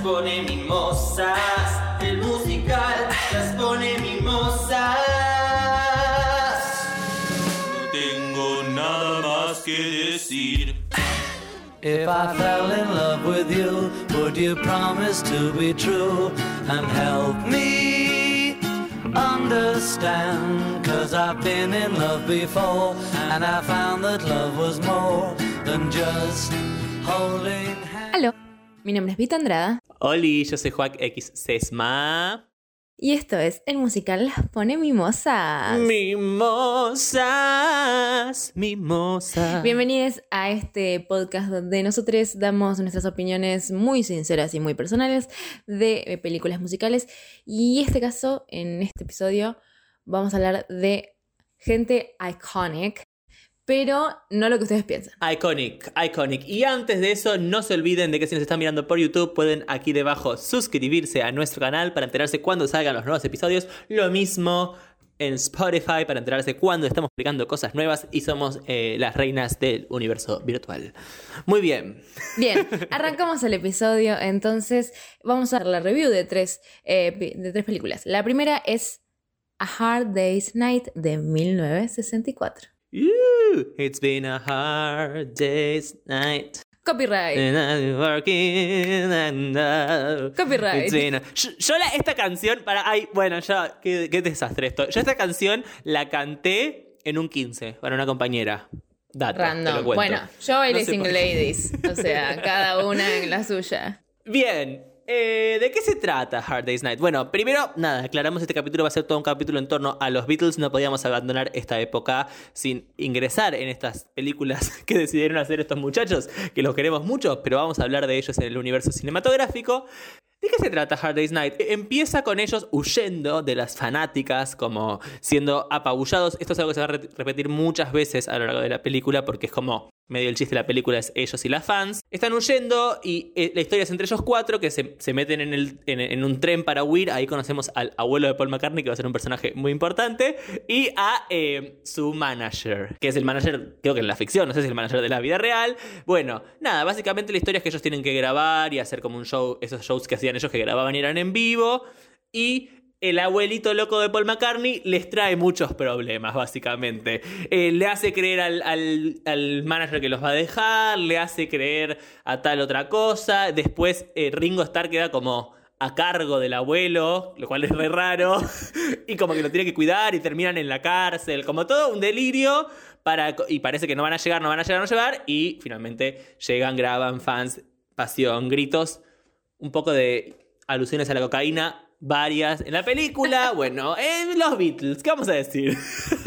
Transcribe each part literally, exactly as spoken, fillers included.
pone mimosas. El musical las pone mimosas. No tengo nada más que decir. If I fell in love with you, would you promise to be true and help me understand? 'Cause I've been in love before and I found that love was more than just holding hands. Aló, mi nombre es Vita Andrada. Oli, yo soy Joac X Sesma. Y esto es El Musical las pone mimosas. Mimosas, mimosas. Bienvenidos a este podcast donde nosotros damos nuestras opiniones muy sinceras y muy personales de películas musicales. Y en este caso, en este episodio, vamos a hablar de gente iconic, pero no lo que ustedes piensan. Iconic, iconic. Y antes de eso, no se olviden de que si nos están mirando por YouTube, pueden aquí debajo suscribirse a nuestro canal para enterarse cuando salgan los nuevos episodios. Lo mismo en Spotify para enterarse cuando estamos publicando cosas nuevas y somos eh, las reinas del universo virtual. Muy bien. Bien, arrancamos el episodio. Entonces vamos a dar la review de tres, eh, de tres películas. La primera es A Hard Day's Night de mil novecientos sesenta y cuatro. Ooh, it's been a hard day's night. Copyright. And I'm working and, uh, Copyright. it's been a- Yo, yo la, esta canción, para, ay, bueno, ya, qué, qué desastre esto. Yo esta canción la canté en un quince para una compañera. Dato, te lo Random. cuento. Bueno, yo bailé No sé Single por qué. Ladies. O sea, cada una en la suya. Bien, eh, ¿de qué se trata Hard Day's Night? Bueno, primero, nada, aclaramos, este capítulo va a ser todo un capítulo en torno a los Beatles. No podíamos abandonar esta época sin ingresar en estas películas que decidieron hacer estos muchachos, que los queremos mucho, pero vamos a hablar de ellos en el universo cinematográfico. ¿De qué se trata Hard Day's Night? Empieza con ellos huyendo de las fanáticas, como siendo apabullados. Esto es algo que se va a re- repetir muchas veces a lo largo de la película, porque es como medio el chiste de la película, es ellos y las fans. Están huyendo y eh, la historia es entre ellos cuatro que se, se meten en, el, en, en un tren para huir. Ahí conocemos al abuelo de Paul McCartney, que va a ser un personaje muy importante, y a eh, su manager, que es el manager, creo que en la ficción, no sé si es el manager de la vida real. Bueno, nada, básicamente la historia es que ellos tienen que grabar y hacer como un show, esos shows que hacían ellos que grababan y eran en vivo, y el abuelito loco de Paul McCartney les trae muchos problemas, básicamente. Eh, le hace creer al, al, al manager que los va a dejar, le hace creer a tal otra cosa. Después eh, Ringo Starr queda como a cargo del abuelo, lo cual es re raro, y como que lo tiene que cuidar y terminan en la cárcel, como todo un delirio, para, y parece que no van a llegar, no van a llegar, no llegar, y finalmente llegan, graban, fans, pasión, gritos, un poco de alusiones a la cocaína, varias en la película. Bueno, en los Beatles, ¿qué vamos a decir?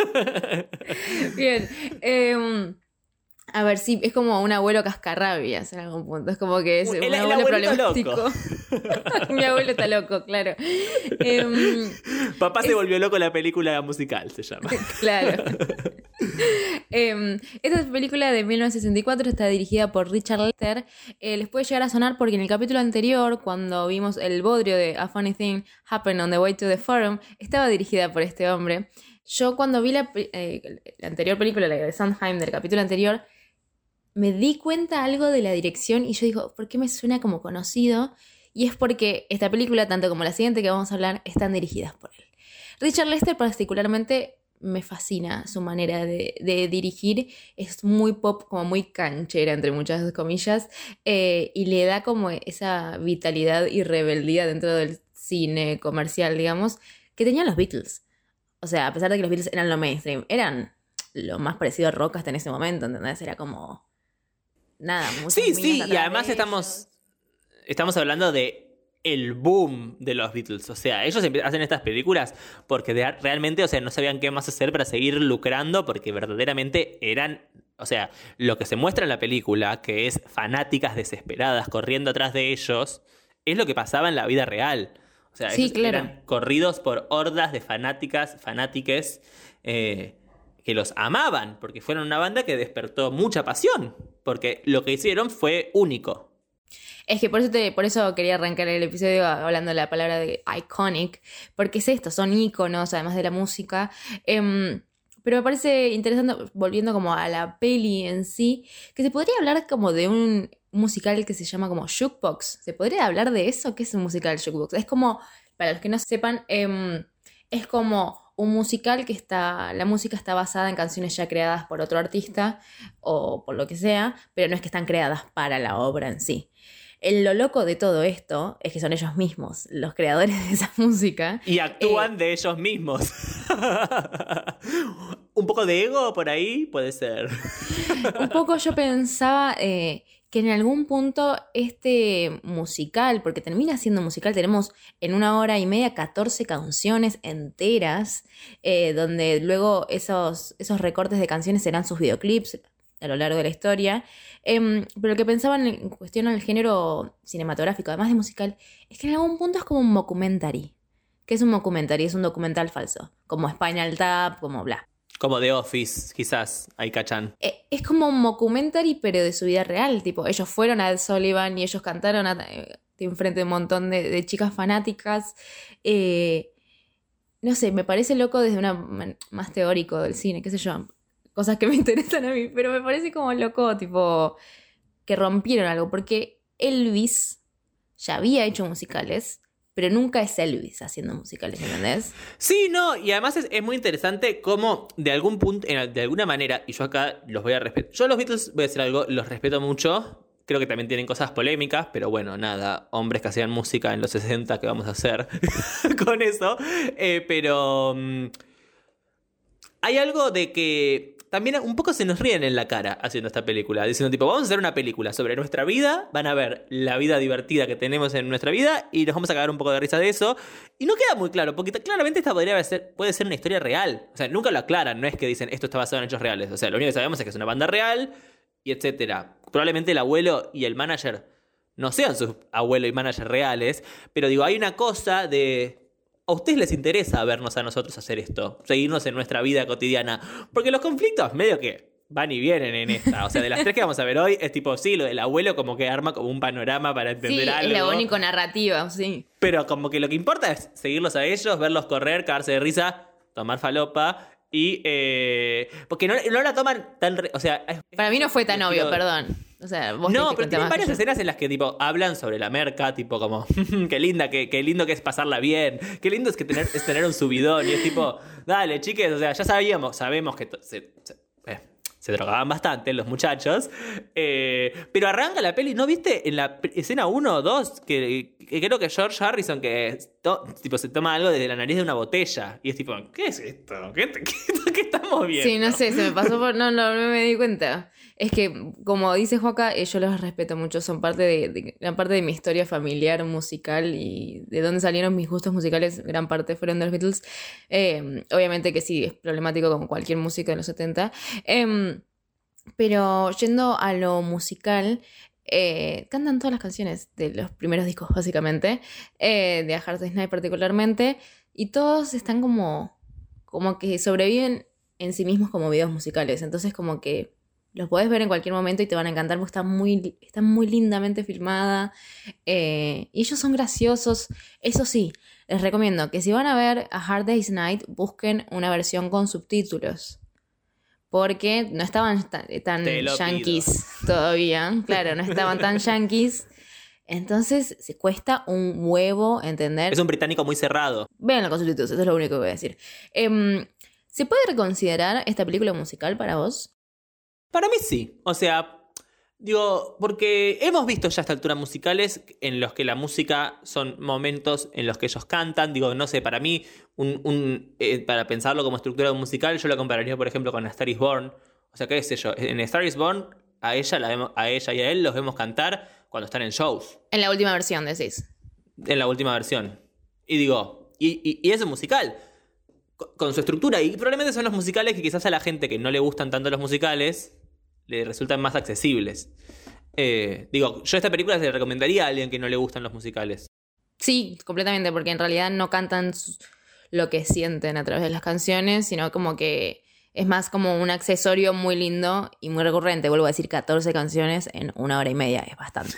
Bien. eh, a ver, sí, es como un abuelo cascarrabias en algún punto. Es como que es un, El- el abuelo abuelito problemático. loco. Mi abuelo está loco, claro. Eh, Papá se Es- volvió loco, la película musical se llama. Claro. Eh, esta película de mil novecientos sesenta y cuatro está dirigida por Richard Lester. Eh, les puede llegar a sonar porque en el capítulo anterior, cuando vimos el bodrio de A Funny Thing Happened on the Way to the Forum, estaba dirigida por este hombre. Yo cuando vi la, pe- eh, la anterior película, la de Sondheim del capítulo anterior, me di cuenta algo de la dirección y yo digo, ¿por qué me suena como conocido? Y es porque esta película, tanto como la siguiente que vamos a hablar, están dirigidas por él. Richard Lester particularmente me fascina su manera de, de dirigir. Es muy pop, como muy canchera, entre muchas comillas, eh, y le da como esa vitalidad y rebeldía dentro del cine comercial, digamos, que tenían los Beatles. O sea, a pesar de que los Beatles eran lo mainstream, eran lo más parecido a rock hasta en ese momento, ¿entendés? Era como... Nada, muchas Sí, minas sí, y atrás además de estamos, ellos. estamos hablando de el boom de los Beatles. O sea, ellos empie- hacen estas películas porque de- realmente, o sea, no sabían qué más hacer para seguir lucrando, porque verdaderamente eran, o sea, lo que se muestra en la película, que es fanáticas desesperadas corriendo atrás de ellos, es lo que pasaba en la vida real. O sea, Sí, ellos claro. eran corridos por hordas de fanáticas, fanátiques, eh, que los amaban, porque fueron una banda que despertó mucha pasión, porque lo que hicieron fue único. Es que por eso, te, por eso quería arrancar el episodio hablando de la palabra de iconic, porque es esto, son íconos, además de la música. Eh, pero me parece interesante, volviendo como a la peli en sí, que se podría hablar como de un un musical que se llama como Jukebox. ¿Se podría hablar de eso? ¿Qué es un musical Jukebox? Es como, para los que no sepan, eh, es como un musical que está, la música está basada en canciones ya creadas por otro artista o por lo que sea, pero no es que están creadas para la obra en sí. El, lo loco de todo esto es que son ellos mismos, los creadores de esa música. Y actúan Eh, de ellos mismos. Un poco de ego por ahí puede ser. Un poco yo pensaba eh, que en algún punto este musical, porque termina siendo musical, tenemos en una hora y media catorce canciones enteras, eh, donde luego esos, esos recortes de canciones serán sus videoclips a lo largo de la historia. Eh, pero lo que pensaban en cuestión al género cinematográfico, además de musical, es que en algún punto es como un mockumentary. ¿Qué es un mockumentary? Es un documental falso, como Spinal Tap, como bla. Como The Office, quizás, ahí cachan. Eh, es como un mockumentary, pero de su vida real. Tipo, ellos fueron a Ed Sullivan y ellos cantaron a, eh, enfrente de un montón de, de chicas fanáticas. Eh, no sé, me parece loco desde una man- más teórico del cine, qué sé yo. Cosas que me interesan a mí, pero me parece como loco, tipo, que rompieron algo. Porque Elvis ya había hecho musicales, pero nunca es Elvis haciendo musicales, ¿entendés? Sí, no, y además es, es muy interesante cómo de algún punto, en- de alguna manera, y yo acá los voy a respetar. Yo a los Beatles, voy a decir algo, los respeto mucho. Creo que también tienen cosas polémicas, pero bueno, nada, hombres que hacían música en los sesenta, ¿qué vamos a hacer con eso? Eh, pero mm, hay algo de que también un poco se nos ríen en la cara haciendo esta película, diciendo tipo, vamos a hacer una película sobre nuestra vida, van a ver la vida divertida que tenemos en nuestra vida y nos vamos a cagar un poco de risa de eso. Y no queda muy claro, porque t- claramente esta podría ser, puede ser una historia real. O sea, nunca lo aclaran, no es que dicen esto está basado en hechos reales. O sea, lo único que sabemos es que es una banda real y etcétera. Probablemente el abuelo y el manager no sean sus abuelo y manager reales, pero digo, hay una cosa de... ¿A ustedes les interesa vernos a nosotros hacer esto? Seguirnos en nuestra vida cotidiana. Porque los conflictos medio que van y vienen en esta. O sea, de las tres que vamos a ver hoy, es tipo, sí, lo del abuelo como que arma como un panorama para entender Sí, algo. es la única narrativa, sí. Pero como que lo que importa es seguirlos a ellos, verlos correr, cagarse de risa, tomar falopa y... Eh, porque no, no la toman tan... Re- o sea... es- Para mí no fue tan es obvio, estilo- perdón. O sea, vos te No, diste pero cuenta tienen más que varias yo. escenas en las que tipo hablan sobre la merca, tipo como qué linda, qué, qué lindo que es pasarla bien, qué lindo es que tener, es tener un subidón y es tipo, dale, chiques, o sea, ya sabíamos, sabemos que to- se, se, eh, se drogaban bastante los muchachos, eh, pero arranca la peli, ¿no viste en la p- escena uno o dos que, que creo que George Harrison que to- tipo se toma algo desde la nariz de una botella y es tipo, ¿qué es esto? ¿Qué, qué, qué estamos viendo? Sí, no sé, se me pasó por... No, no, no me di cuenta. Es que, como dice Joaca, eh, yo los respeto mucho. Son parte de, de- gran parte de mi historia familiar, musical y de dónde salieron mis gustos musicales. Gran parte fueron de los Beatles. Eh, obviamente que sí, es problemático como cualquier música de los setenta. Em, pero yendo a lo musical... Eh, cantan todas las canciones de los primeros discos, básicamente, eh, de A Hard Day's Night particularmente, y todos están como, como que sobreviven en sí mismos como videos musicales. Entonces, como que los podés ver en cualquier momento y te van a encantar porque está muy, está muy lindamente filmada. Eh, y ellos son graciosos. Eso sí, les recomiendo que si van a ver A Hard Day's Night, busquen una versión con subtítulos. Porque no estaban tan, tan Te lo yankees todavía. Claro, no estaban tan yankees. Entonces, se cuesta un huevo entender. Es un británico muy cerrado. Véanlo con subtítulos, eso es lo único que voy a decir. Em, ¿Se puede reconsiderar esta película musical para vos? Para mí sí. O sea, digo, porque hemos visto ya a esta altura musicales en los que la música son momentos en los que ellos cantan. Digo, no sé, para mí, un, un, eh, para pensarlo como estructura de un musical, yo lo compararía, por ejemplo, con A Star is Born. O sea, qué sé yo, en A Star is Born, a ella, la vemos, a ella y a él los vemos cantar cuando están en shows. En la última versión, decís. En la última versión. Y digo, y, y, y es un musical. Con, con su estructura. Y probablemente son los musicales que quizás a la gente que no le gustan tanto los musicales le resultan más accesibles. Eh, digo, yo esta película se la recomendaría a alguien que no le gustan los musicales. Sí, completamente, porque en realidad no cantan sus- lo que sienten a través de las canciones, sino como que es más como un accesorio muy lindo y muy recurrente. Vuelvo a decir, catorce canciones en una hora y media, es bastante.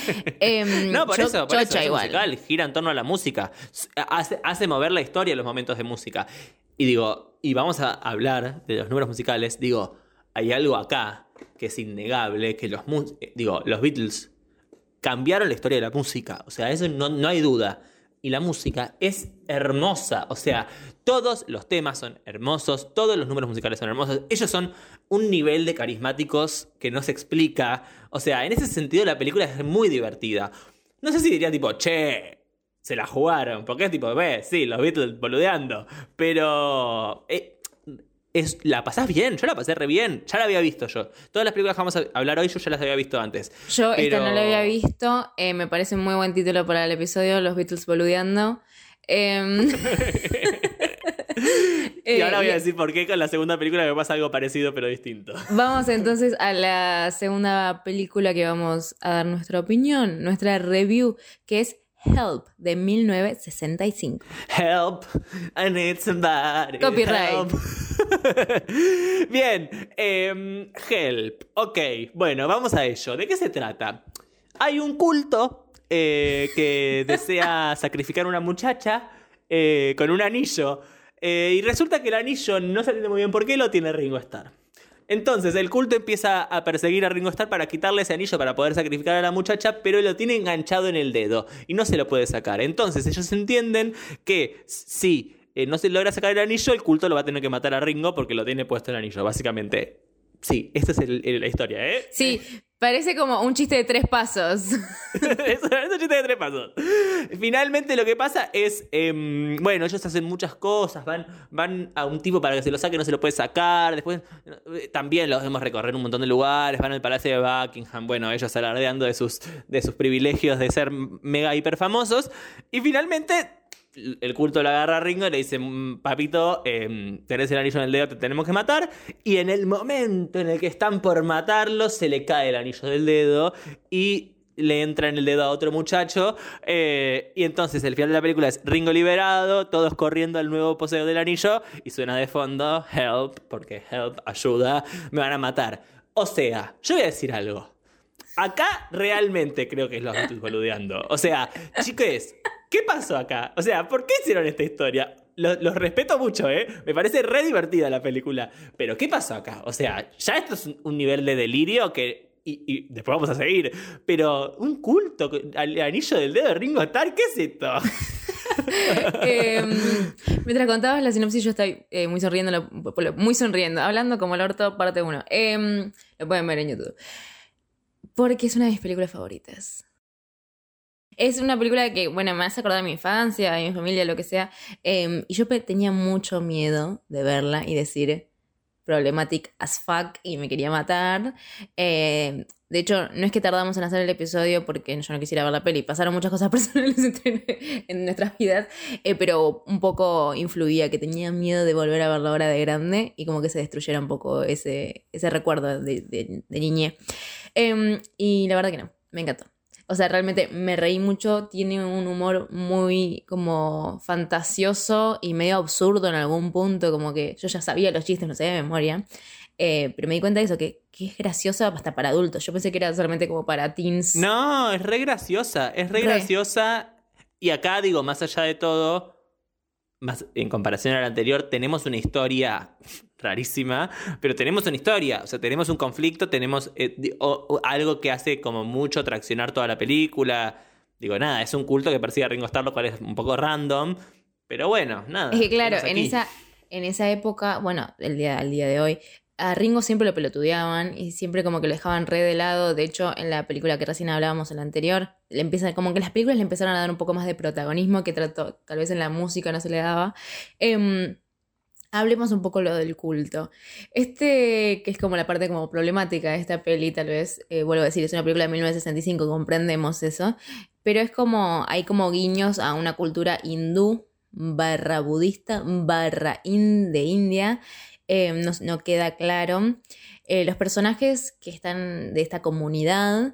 Em, No, por cho- eso, por eso chocha es un igual. musical, gira en torno a la música. Hace, hace mover la historia en los momentos de música. Y digo, y vamos a hablar de los números musicales, digo, hay algo acá que es innegable, que los, mu- eh, digo, los Beatles cambiaron la historia de la música. O sea, eso no, no hay duda. Y la música es hermosa. O sea, todos los temas son hermosos, todos los números musicales son hermosos. Ellos son un nivel de carismáticos que no se explica. O sea, en ese sentido la película es muy divertida. No sé si diría tipo, che, se la jugaron. Porque es tipo, ve, sí, los Beatles boludeando. Pero... Eh, Es, la pasás bien, yo la pasé re bien, ya la había visto yo. Todas las películas que vamos a hablar hoy yo ya las había visto antes. Yo Pero... esta no la había visto, eh, me parece un muy buen título para el episodio, Los Beatles boludeando. Eh, Y ahora voy a eh, decir por qué con la segunda película me pasa algo parecido pero distinto. Vamos entonces a la segunda película que vamos a dar nuestra opinión, nuestra review, que es Help, de mil novecientos sesenta y cinco. Help, I need somebody. Copyright. Help. Bien, eh, Help. Ok, bueno, vamos a ello. ¿De qué se trata? Hay un culto eh, que desea sacrificar a una muchacha eh, con un anillo. Eh, y resulta que el anillo no se entiende muy bien por qué lo tiene Ringo Starr. Entonces el culto empieza a perseguir a Ringo Starr para quitarle ese anillo para poder sacrificar a la muchacha, pero lo tiene enganchado en el dedo y no se lo puede sacar. Entonces ellos entienden que si eh, no se logra sacar el anillo, el culto lo va a tener que matar a Ringo porque lo tiene puesto el anillo, básicamente. Sí, esta es el- el- la historia, ¿eh? Sí, parece como un chiste de tres pasos. Eso es un chiste de tres pasos. Finalmente lo que pasa es, eh, bueno, ellos hacen muchas cosas, van, van a un tipo para que se lo saque, no se lo puede sacar, después eh, también los vemos recorrer un montón de lugares, van al Palacio de Buckingham, bueno, ellos alardeando de sus, de sus privilegios de ser mega hiper famosos, y finalmente el culto lo agarra a Ringo y le dice, papito, eh, tenés el anillo en el dedo, te tenemos que matar. Y en el momento en el que están por matarlo, se le cae el anillo del dedo y le entra en el dedo a otro muchacho. Eh, y entonces el final de la película es Ringo liberado, todos corriendo al nuevo poseo del anillo y suena de fondo Help, porque Help, ayuda, me van a matar. O sea, yo voy a decir algo. Acá realmente creo que es los Beatles boludeando. O sea, chicos, ¿qué pasó acá? O sea, ¿por qué hicieron esta historia? Los, los respeto mucho, ¿eh? Me parece re divertida la película. Pero ¿qué pasó acá? O sea, ya esto es un, un nivel de delirio que... Y, y después vamos a seguir. Pero un culto al anillo del dedo de Ringo Starr, ¿qué es esto? Eh, mientras contabas la sinopsis, yo estoy eh, muy sonriendo, lo- lo- muy sonriendo, hablando como el orto, parte uno. Eh, lo pueden ver en YouTube. Porque es una de mis películas favoritas. Es una película que, bueno, me hace acordar de mi infancia, de mi familia, lo que sea. Eh, y yo pe- tenía mucho miedo de verla y decir problematic as fuck y me quería matar. Eh, de hecho, no es que tardamos en hacer el episodio porque yo no quisiera ver la peli. Pasaron muchas cosas personales entre- en nuestras vidas, eh, pero un poco influía que tenía miedo de volver a verla ahora de grande y como que se destruyera un poco ese, ese recuerdo de, de, de niñez. Eh, y la verdad que no, me encantó. O sea, realmente me reí mucho, tiene un humor muy como fantasioso y medio absurdo en algún punto, como que yo ya sabía los chistes, no sé de memoria, eh, pero me di cuenta de eso, que, que es graciosa hasta para adultos. Yo pensé que era solamente como para teens. No, es re graciosa, es re, Re. graciosa. Y acá, digo, más allá de todo, más en comparación a la anterior, tenemos una historia rarísima, pero tenemos una historia, o sea, tenemos un conflicto, tenemos eh, di- o- o algo que hace como mucho traccionar toda la película. Digo, nada, es un culto que persigue a Ringo Starr, lo cual es un poco random, pero bueno, nada. Es que claro, estamos en aquí. esa, en esa época, bueno, el día, al día de hoy, a Ringo siempre lo pelotudeaban y siempre como que lo dejaban re de lado. De hecho, en la película que recién hablábamos, en la anterior, le empieza, como que las películas le empezaron a dar un poco más de protagonismo que trató, tal vez en la música no se le daba. Em, hablemos un poco lo del culto. Este, que es como la parte como problemática de esta peli, tal vez, eh, vuelvo a decir, es una película de mil novecientos sesenta y cinco, comprendemos eso, pero es como, hay como guiños a una cultura hindú, barra budista, barra in, de India, eh, no, no queda claro. Eh, los personajes que están de esta comunidad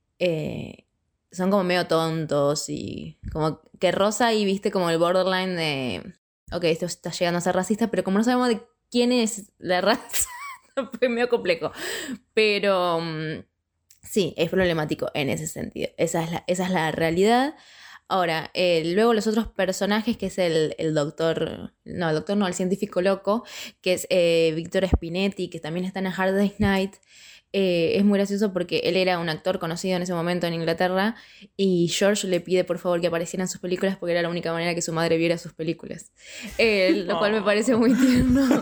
eh, son como medio tontos y como que rosa y viste como el borderline de, ok, esto está llegando a ser racista, pero como no sabemos de quién es la raza, fue medio complejo. Pero um, sí, es problemático en ese sentido. Esa es la, esa es la realidad. Ahora, eh, luego los otros personajes, que es el, el doctor, no, el doctor no, el científico loco, que es eh, Víctor Spinetti, que también está en A Hard Day's Night. Eh, es muy gracioso porque él era un actor conocido en ese momento en Inglaterra y George le pide por favor que apareciera en sus películas porque era la única manera que su madre viera sus películas. Eh, lo cual me parece muy tierno.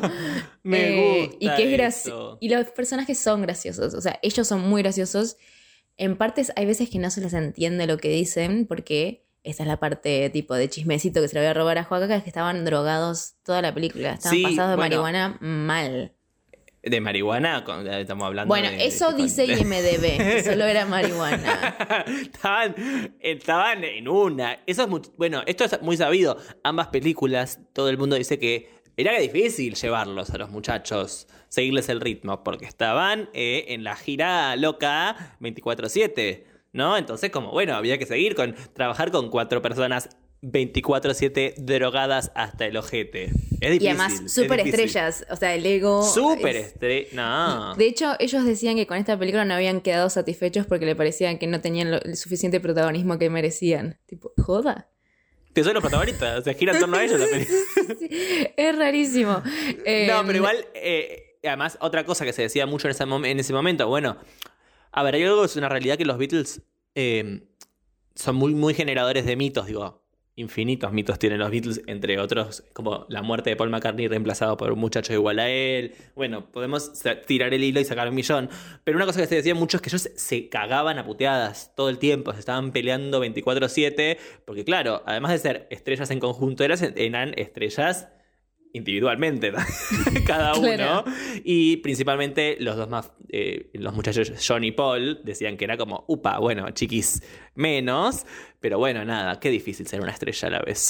Me Eh, gusta y que es graci- eso. Y los personajes son graciosos, o sea, ellos son muy graciosos. En partes hay veces que no se les entiende lo que dicen porque esta es la parte tipo de chismecito que se le voy a robar a Joaquín, es que estaban drogados toda la película, estaban Sí, pasados de bueno. marihuana mal. De marihuana, con- estamos hablando Bueno, de- eso con- dice I M D B, que solo era marihuana. estaban, estaban en una. Eso es muy, bueno, esto es muy sabido. Ambas películas, todo el mundo dice que era difícil llevarlos a los muchachos, seguirles el ritmo, porque estaban eh, en la gira loca veinticuatro siete, ¿no? Entonces, como bueno, había que seguir con trabajar con cuatro personas veinticuatro siete drogadas hasta el ojete. Es difícil. Y además, súper estrellas. O sea, el ego. Súper es- estrella. No. De hecho, ellos decían que con esta película no habían quedado satisfechos porque le parecían que no tenían lo- el suficiente protagonismo que merecían. Tipo, joda. Que son los protagonistas, se gira en torno a ellos la película. Sí, es rarísimo. Eh, No, pero igual, eh, además, otra cosa que se decía mucho en ese, mom- en ese momento, bueno, a ver, hay algo que es una realidad que los Beatles eh, son muy, muy generadores de mitos, digo, infinitos mitos tienen los Beatles, entre otros, como la muerte de Paul McCartney reemplazado por un muchacho igual a él. Bueno, podemos sa- tirar el hilo y sacar un millón. Pero una cosa que se decía mucho es que ellos se, se cagaban a puteadas todo el tiempo, se estaban peleando veinticuatro siete, porque claro, además de ser estrellas en conjunto, eran, eran estrellas individualmente, cada uno. Claro. Y principalmente los dos más, eh, los muchachos John y Paul, decían que era como, upa, bueno, chiquis, menos. Pero bueno, nada, qué difícil ser una estrella a la vez.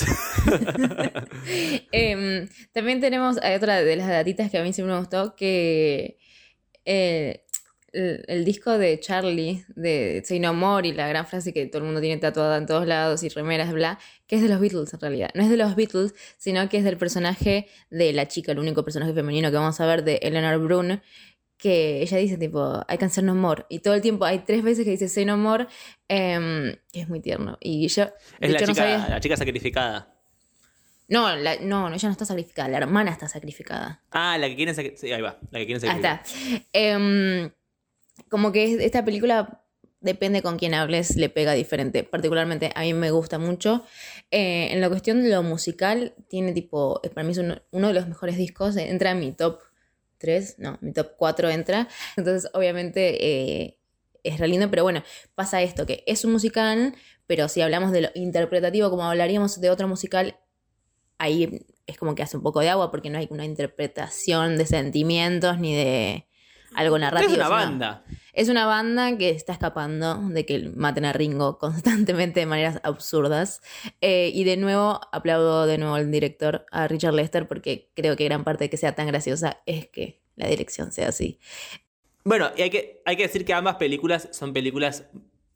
Eh, también tenemos, hay otra de las datitas que a mí siempre me gustó, que eh, el, el disco de Charlie, de Say No More, y la gran frase que todo el mundo tiene tatuada en todos lados y remeras, bla, que es de los Beatles en realidad. No es de los Beatles, sino que es del personaje de la chica, el único personaje femenino que vamos a ver, de Eleanor Brun, que ella dice tipo, I can say no more. Y todo el tiempo hay tres veces que dice Say No More, eh, que es muy tierno. Y yo, de Es la hecho, no chica, sabía... la chica sacrificada. No, la- no, no, ella no está sacrificada, la hermana está sacrificada. Ah, la que quieren sacrificar. Sí, ahí va, la que quieren Ahí sacrificar. está. Em, como que es- esta película, depende con quién hables, le pega diferente. Particularmente a mí me gusta mucho. Eh, en la cuestión de lo musical, tiene tipo, para mí es uno, uno de los mejores discos, entra en mi top tres, no, mi top cuatro entra. Entonces, obviamente, eh, es re lindo, pero bueno, pasa esto, que es un musical, pero si hablamos de lo interpretativo, como hablaríamos de otro musical, ahí es como que hace un poco de agua porque no hay una interpretación de sentimientos ni de algo narrativo. Es una sino- banda. Es una banda que está escapando de que maten a Ringo constantemente de maneras absurdas. Eh, y de nuevo, aplaudo de nuevo al director, a Richard Lester, porque creo que gran parte de que sea tan graciosa es que la dirección sea así. Bueno, y hay que, hay que decir que ambas películas son películas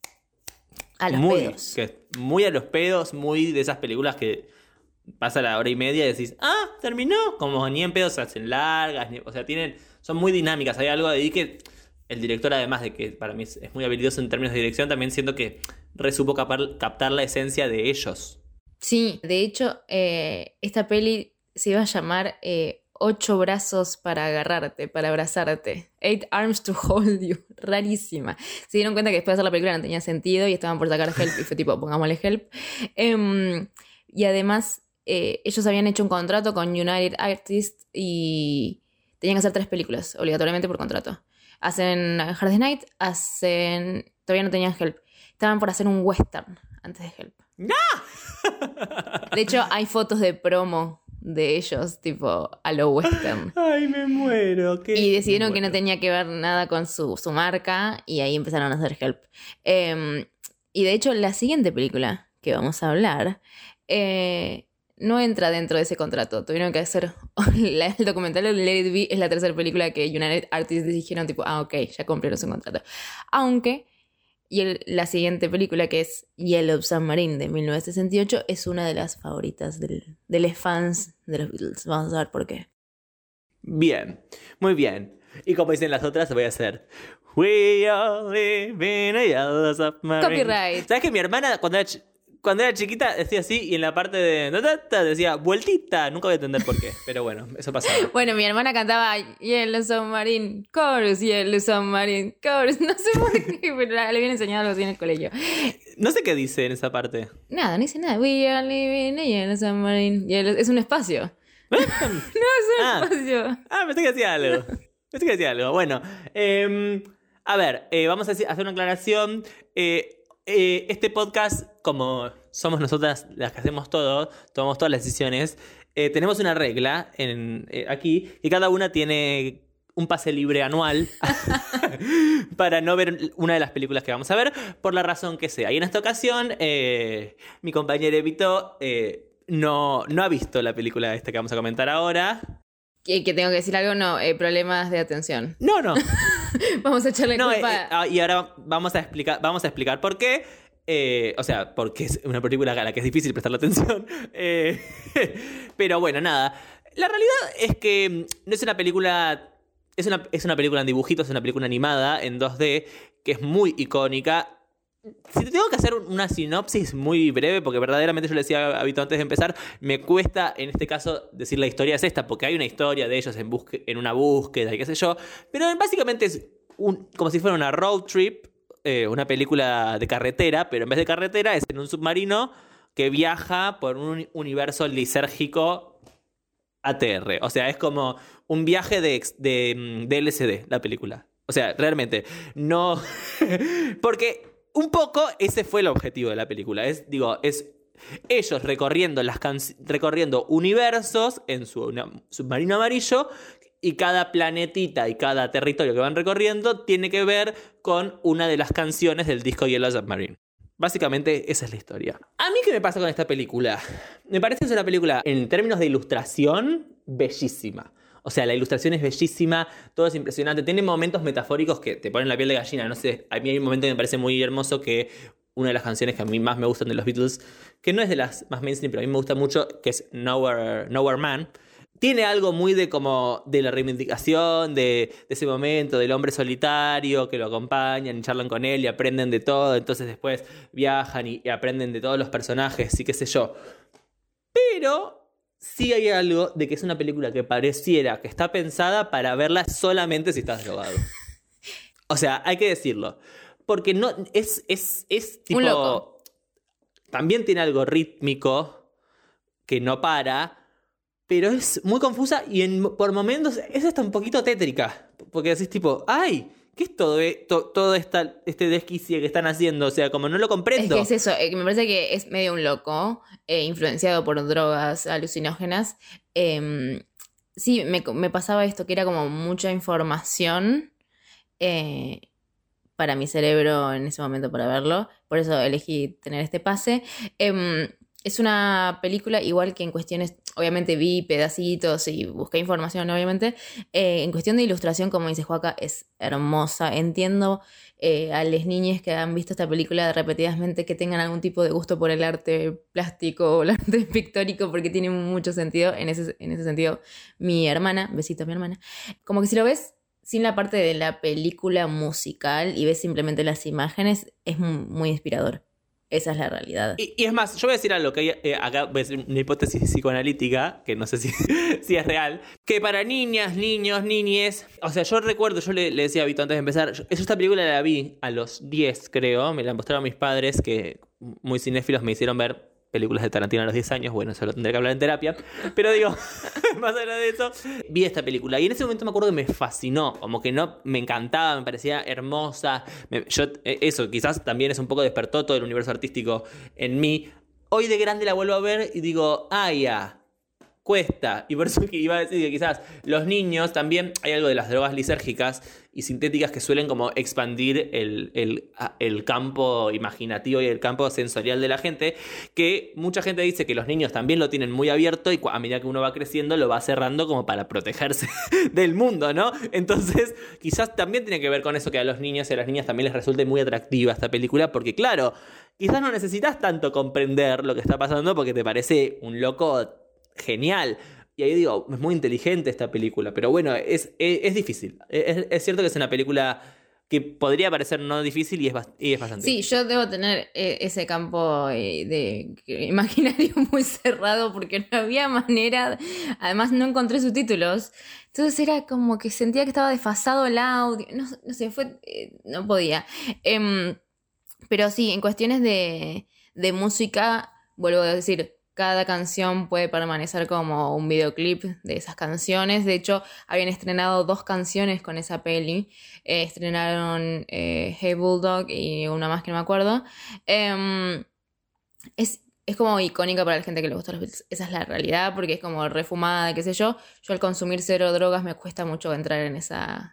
A los muy, pedos. que- muy a los pedos, muy de esas películas que pasa la hora y media y decís, ah, terminó. Como ni en pedos se hacen largas, ni- o sea, tienen, son muy dinámicas. Hay algo de ahí que el director, además de que para mí es, es muy habilidoso en términos de dirección, también siento que resupo capar- captar la esencia de ellos. Sí, de hecho, eh, esta peli se iba a llamar eh, Ocho brazos para agarrarte, para abrazarte. Eight arms to hold you. Rarísima. Se dieron cuenta que después de hacer la película no tenía sentido y estaban por sacar Help y fue tipo, pongámosle Help. Em, y además, eh, ellos habían hecho un contrato con United Artists y tenían que hacer tres películas, obligatoriamente por contrato. Hacen Hard Day's Night, hacen... Todavía no tenían Help. Estaban por hacer un western antes de Help. ¡No! De hecho, hay fotos de promo de ellos, tipo, a lo western. Ay, me muero. qué- Y decidieron me que no muero. tenía que ver nada con su, su marca y ahí empezaron a hacer Help. Eh, y de hecho, la siguiente película que vamos a hablar eh, no entra dentro de ese contrato. Tuvieron que hacer... la- el documental de Let It Be es la tercera película que United Artists dijeron tipo, ah, ok, ya cumplieron su contrato. Aunque... Y el- la siguiente película, que es Yellow Submarine de mil novecientos sesenta y ocho, es una de las favoritas del- de los fans de los Beatles. Vamos a ver por qué. Bien, muy bien. Y como dicen las otras, voy a hacer We all live in a yellow submarine. Copyright. ¿Sabes que mi hermana, cuando era ch- Cuando era chiquita decía así y en la parte de decía vueltita. Nunca voy a entender por qué, pero bueno, eso pasaba. Bueno, mi hermana cantaba Yellow Submarine Chorus, Yellow Submarine Chorus. No sé por qué, pero le habían enseñado algo así en el colegio. No sé qué dice en esa parte. Nada, no dice nada. We are living in Yellow Submarine. Yellow... Es un espacio. No, es un ah. espacio. Ah, pensé que decía algo. Pensé que decía algo. Bueno, eh, a ver, eh, vamos a hacer una aclaración. Eh, Eh, este podcast, como somos nosotras las que hacemos todo, tomamos todas las decisiones, eh, tenemos una regla en, eh, aquí, que cada una tiene un pase libre anual para no ver una de las películas que vamos a ver, por la razón que sea. Y en esta ocasión, eh, mi compañero Evito eh, no, no ha visto la película esta que vamos a comentar ahora. Que, que tengo que decir algo, no, eh, problemas de atención. No, no. Vamos a echarle no, culpa. Eh, eh, y ahora vamos a explicar, vamos a explicar por qué. Eh, o sea, porque es una película a la que es difícil prestarle atención. Eh, pero bueno, nada. La realidad es que no es una película. Es una, es una película en dibujitos, es una película animada en dos D que es muy icónica. Si te tengo que hacer una sinopsis muy breve, porque verdaderamente yo le decía a Vito antes de empezar, me cuesta en este caso decir la historia es esta, porque hay una historia de ellos en, busque, en una búsqueda y qué sé yo, pero básicamente es un, como si fuera una road trip, eh, una película de carretera, pero en vez de carretera es en un submarino que viaja por un universo lisérgico A T R. O sea, es como un viaje de, de, de L S D, la película. O sea, realmente, no... porque... Un poco ese fue el objetivo de la película. Es, digo, es ellos recorriendo las can- recorriendo universos en su una, submarino amarillo y cada planetita y cada territorio que van recorriendo tiene que ver con una de las canciones del disco Yellow Submarine. Básicamente esa es la historia. ¿A mí qué me pasa con esta película? Me parece que es una película en términos de ilustración bellísima. O sea, la ilustración es bellísima, todo es impresionante. Tiene momentos metafóricos que te ponen la piel de gallina. No sé, a mí hay un momento que me parece muy hermoso que una de las canciones que a mí más me gustan de los Beatles, que no es de las más mainstream, pero a mí me gusta mucho, que es Nowhere, Nowhere Man. Tiene algo muy de como de la reivindicación, de, de ese momento, del hombre solitario que lo acompañan y charlan con él y aprenden de todo. Entonces después viajan y, y aprenden de todos los personajes y qué sé yo. Pero... sí hay algo de que es una película que pareciera que está pensada para verla solamente si estás drogado. O sea, hay que decirlo. Porque no es, es, es tipo... Un loco. También tiene algo rítmico que no para, pero es muy confusa y en, por momentos es hasta un poquito tétrica. Porque decís tipo, ¡ay! ¿Qué es todo, eh, to, todo esta, este desquicie que están haciendo? O sea, como no lo comprendo. Es que es eso, eh, me parece que es medio un loco, eh, influenciado por drogas alucinógenas. Eh, sí, me, me pasaba esto, que era como mucha información eh, para mi cerebro en ese momento para verlo. Por eso elegí tener este pase. Eh, Es una película igual que en cuestiones, obviamente vi pedacitos y busqué información, obviamente. Eh, en cuestión de ilustración, como dice Joaca, es hermosa. Entiendo eh, a las niñas que han visto esta película repetidamente que tengan algún tipo de gusto por el arte plástico o el arte pictórico, porque tiene mucho sentido. En ese, en ese sentido, mi hermana, besito a mi hermana, como que si lo ves sin la parte de la película musical y ves simplemente las imágenes, es muy, muy inspirador. Esa es la realidad. Y, y es más, yo voy a decir algo que hay, eh, acá voy a decir una hipótesis psicoanalítica, que no sé si, si es real, que para niñas, niños, niñes, o sea, yo recuerdo, yo le, le decía a Vito antes de empezar, yo, esta película la vi a los diez, creo, me la mostraron mis padres, que muy cinéfilos me hicieron ver películas de Tarantino a los diez años, bueno, eso lo tendré que hablar en terapia, pero digo, más allá de eso, vi esta película y en ese momento me acuerdo que me fascinó, como que no, me encantaba, me parecía hermosa, me, yo, eso quizás también es un poco despertó todo el universo artístico en mí. Hoy de grande la vuelvo a ver y digo, ah, ya, cuesta, y por eso que iba a decir que quizás los niños también, hay algo de las drogas lisérgicas y sintéticas que suelen como expandir el, el, el campo imaginativo y el campo sensorial de la gente, que mucha gente dice que los niños también lo tienen muy abierto y a medida que uno va creciendo lo va cerrando como para protegerse del mundo, ¿no? Entonces quizás también tiene que ver con eso, que a los niños y a las niñas también les resulte muy atractiva esta película, porque claro, quizás no necesitas tanto comprender lo que está pasando porque te parece un loco genial. Y ahí digo, es muy inteligente esta película, pero bueno, es, es, es difícil. Es, es cierto que es una película que podría parecer no difícil y es, bast- y es bastante Sí, difícil. yo debo tener eh, ese campo eh, de que- imaginario muy cerrado porque no había manera, además no encontré subtítulos, entonces era como que sentía que estaba desfasado el audio, no, no sé, fue, eh, no podía. Em, pero sí, en cuestiones de, de música, vuelvo a decir, cada canción puede permanecer como un videoclip de esas canciones. De hecho, habían estrenado dos canciones con esa peli. Eh, estrenaron eh, Hey Bulldog y una más que no me acuerdo. Em, es, es como icónica para la gente que le gustan los Beatles. Esa es la realidad, porque es como refumada, qué sé yo. Yo al consumir cero drogas me cuesta mucho entrar en esa,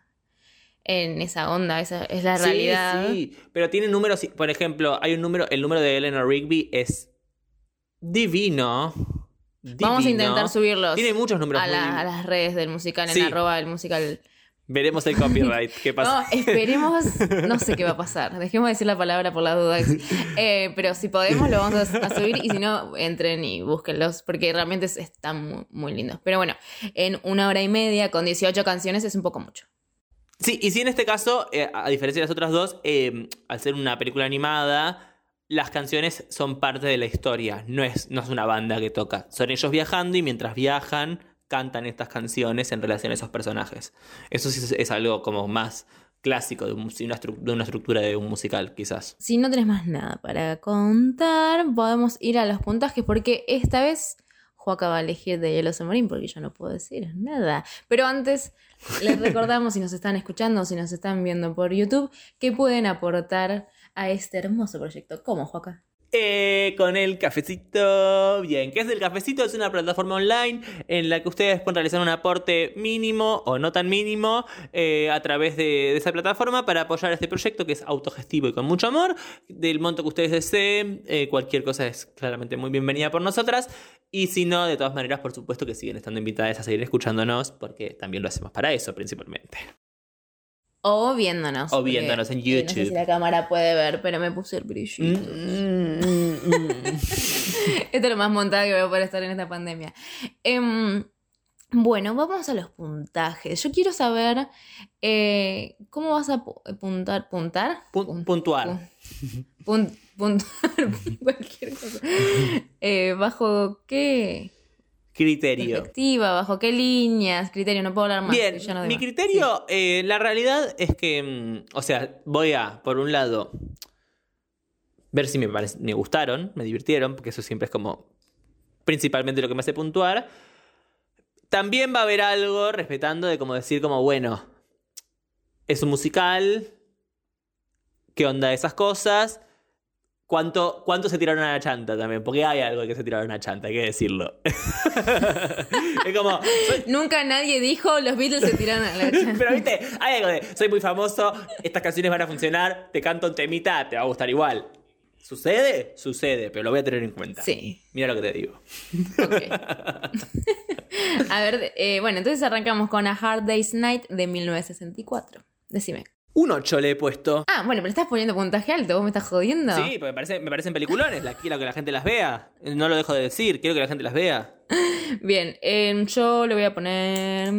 en esa onda. Esa es la realidad. Sí, sí, pero tiene números, por ejemplo, hay un número, el número de Eleanor Rigby es divino. Vamos a divino. intentar subirlos Tiene muchos números. a, muy la- div- a las redes del musical, en Sí. arroba el musical. Veremos el copyright, qué No, pasa. esperemos, no sé qué va a pasar. Dejemos de decir la palabra por las dudas. Eh, pero si podemos, lo vamos a, a subir. Y si no, entren y búsquenlos. Porque realmente es- están muy, muy lindos. Pero bueno, en una hora y media, con dieciocho canciones, es un poco mucho. Sí, y sí, en este caso, eh, a diferencia de las otras dos, eh, al ser una película animada, las canciones son parte de la historia. No es, no es una banda que toca. Son ellos viajando y mientras viajan, cantan estas canciones en relación a esos personajes. Eso sí es, es algo como más clásico de, un- de una, estru- de una estructura de un musical, quizás. Si no tenés más nada para contar, podemos ir a los puntajes. Porque esta vez Joaca va a elegir de Yellow Submarine, porque yo no puedo decir nada. Pero antes, les recordamos, si nos están escuchando o si nos están viendo por YouTube, que pueden aportar a este hermoso proyecto. ¿Cómo, Joaca? Eh, con el cafecito. Bien, ¿qué es el cafecito? Es una plataforma online en la que ustedes pueden realizar un aporte mínimo o no tan mínimo eh, a través de, de esa plataforma para apoyar este proyecto que es autogestivo y con mucho amor. Del monto que ustedes deseen, eh, cualquier cosa es claramente muy bienvenida por nosotras. Y si no, de todas maneras, por supuesto que siguen estando invitadas a seguir escuchándonos porque también lo hacemos para eso principalmente. O viéndonos. O porque, viéndonos en eh, No sé YouTube. si la cámara puede ver, pero me puse el brillo. Mm, mm, mm. Esto es lo más montada que voy a poder estar en esta pandemia. Em, bueno, vamos a los puntajes. Yo quiero saber eh, cómo vas a pu- puntar. ¿Puntar? Pun- Pun- puntuar. pun- pun- puntar cualquier cosa. Eh, ¿Bajo qué Criterio. perspectiva? ¿Bajo qué líneas? Criterio, no puedo hablar más. Bien, ya no doy mi más. criterio, eh, la realidad es que, mm, o sea, voy a, por un lado, ver si me, parec- me gustaron, me divirtieron, porque eso siempre es como principalmente lo que me hace puntuar. También va a haber algo respetando de como decir como, bueno, es un musical, ¿qué onda esas cosas? ¿Cuánto, ¿Cuánto se tiraron a la chanta también? Porque hay algo que se tiraron a la chanta, hay que decirlo. Es como... soy- Nunca nadie dijo los Beatles se tiraron a la chanta. Pero viste, hay algo de, soy muy famoso, estas canciones van a funcionar, te canto un temita, te va a gustar igual. ¿Sucede? Sucede, pero lo voy a tener en cuenta. Sí. Mira lo que te digo. Ok. A ver, eh, bueno, entonces arrancamos con A Hard Day's Night de mil novecientos sesenta y cuatro. Decime. Un ocho le he puesto. Ah, bueno, pero estás poniendo puntaje alto, vos me estás jodiendo. Sí, porque me, parece, me parecen peliculones, la, quiero que la gente las vea. No lo dejo de decir, quiero que la gente las vea. Bien, eh, yo le voy a poner.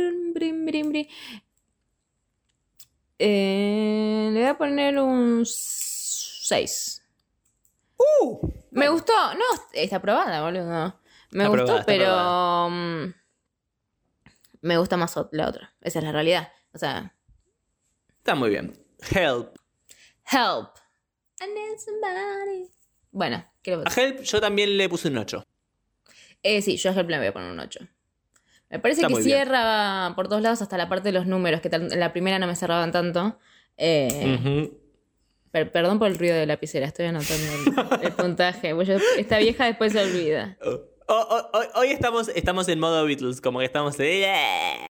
Eh, le voy a poner un seis. Uh, Me gustó, no, está aprobada, boludo. Me Está gustó, aprobada, está pero. aprobada. mm, me gusta más ot- la otra. Esa es la realidad. O sea, está muy bien. Help. help. I need somebody. Bueno, ¿qué le voy a A Help yo también le puse un ocho. Eh, sí, yo a Help le voy a poner un ocho. Me parece Está que muy bien. cierra por todos lados hasta la parte de los números, que tal- en la primera no me cerraban tanto. Eh, Ujú. per- perdón por el ruido de lapicera, estoy anotando el, el puntaje. Pues yo- esta vieja después se olvida. Oh, oh, oh, hoy estamos, estamos en modo Beatles, como que estamos de...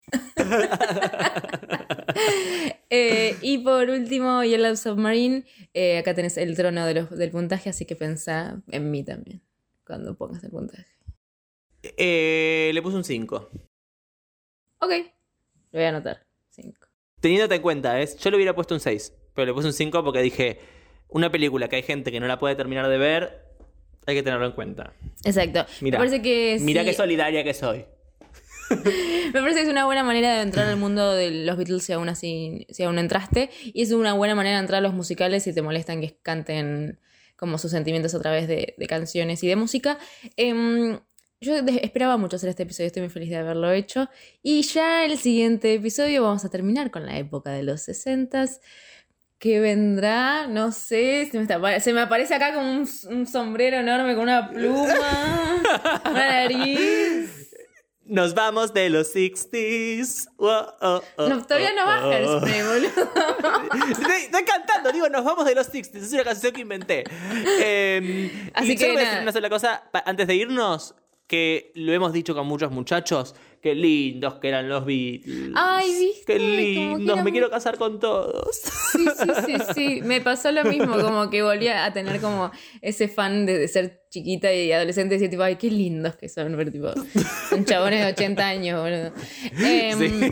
Eh, y por último, Yellow Submarine. Eh, acá tenés el trono de los- del puntaje, así que pensá en mí también cuando pongas el puntaje. Eh, le puse un cinco. Ok, lo voy a anotar. cinco. Teniéndote en cuenta, ¿eh? Yo le hubiera puesto un seis, pero le puse un cinco porque dije, una película que hay gente que no la puede terminar de ver, hay que tenerlo en cuenta. Exacto. Mira, Me parece que Mira sí- qué solidaria que soy. Me parece que es una buena manera de entrar al mundo de los Beatles si aún así, si aún no entraste. Y es una buena manera de entrar a los musicales si te molestan que canten como sus sentimientos a través de, de canciones y de música. Eh, yo de- esperaba mucho hacer este episodio, estoy muy feliz de haberlo hecho. Y ya el siguiente episodio vamos a terminar con la época de los sesentas. Que vendrá, no sé, se me, está- se me aparece acá como un, un sombrero enorme con una pluma, una nariz. Nos vamos de los sixties. Oh, oh, oh, No, todavía no baja el oh. spray, boludo. Estoy, estoy cantando, digo, nos vamos de los sixties. Es una canción que inventé. Eh, Así y que solo voy a nada. decir una sola cosa pa- antes de irnos, que lo hemos dicho con muchos muchachos. Qué lindos que eran los Beatles. Ay, ¿viste? Qué Como que lindos, eran me muy- quiero casar con todos. Sí, sí, sí, sí. Me pasó lo mismo, como que volví a tener como ese fan de, de ser chiquita y adolescente y decir tipo, ay, qué lindos que son, pero tipo, son chabones de ochenta años, boludo. Em, Sí.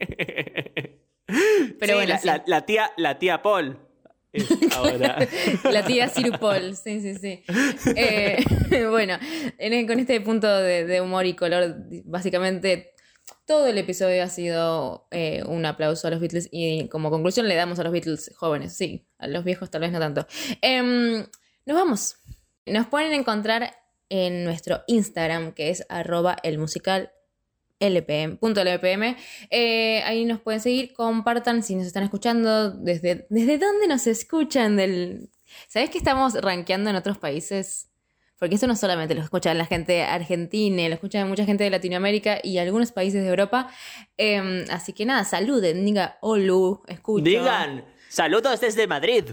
Pero Sí, bueno, la, sí. la- la tía, la tía Paul. Es ahora. La tía Sirupol, sí, sí, sí. Eh, bueno, en- con este punto de, de humor y color, básicamente todo el episodio ha sido eh, un aplauso a los Beatles y como conclusión le damos a los Beatles jóvenes, sí, a los viejos tal vez no tanto. Em, nos vamos. Nos pueden encontrar en nuestro Instagram, que es arroba el musical lpm, punto lpm. Eh, ahí nos pueden seguir, compartan si nos están escuchando, desde, desde dónde nos escuchan. Del... ¿Sabés que estamos rankeando en otros países? Porque eso no solamente lo escucha la gente argentina, lo escucha mucha gente de Latinoamérica y algunos países de Europa. Eh, así que nada, saluden, diga Olu, escucho. Digan, saludos desde Madrid.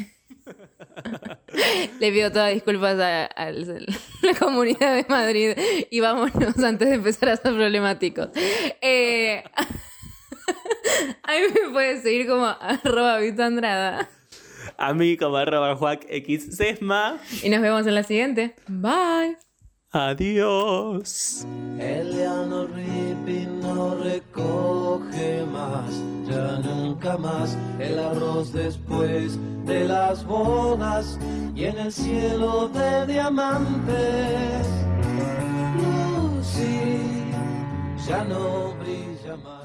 Le pido todas disculpas a, a la comunidad de Madrid y vámonos antes de empezar a ser problemáticos. Eh, a mí me puedes seguir como arroba Vito Andrada. A mí como arroba Juac X Sesma. Y nos vemos en la siguiente. Bye. Adiós. Eleanor Rigby no recoge más, ya nunca más el arroz después de las bodas y en el cielo de diamantes. Lucy ya no brilla más.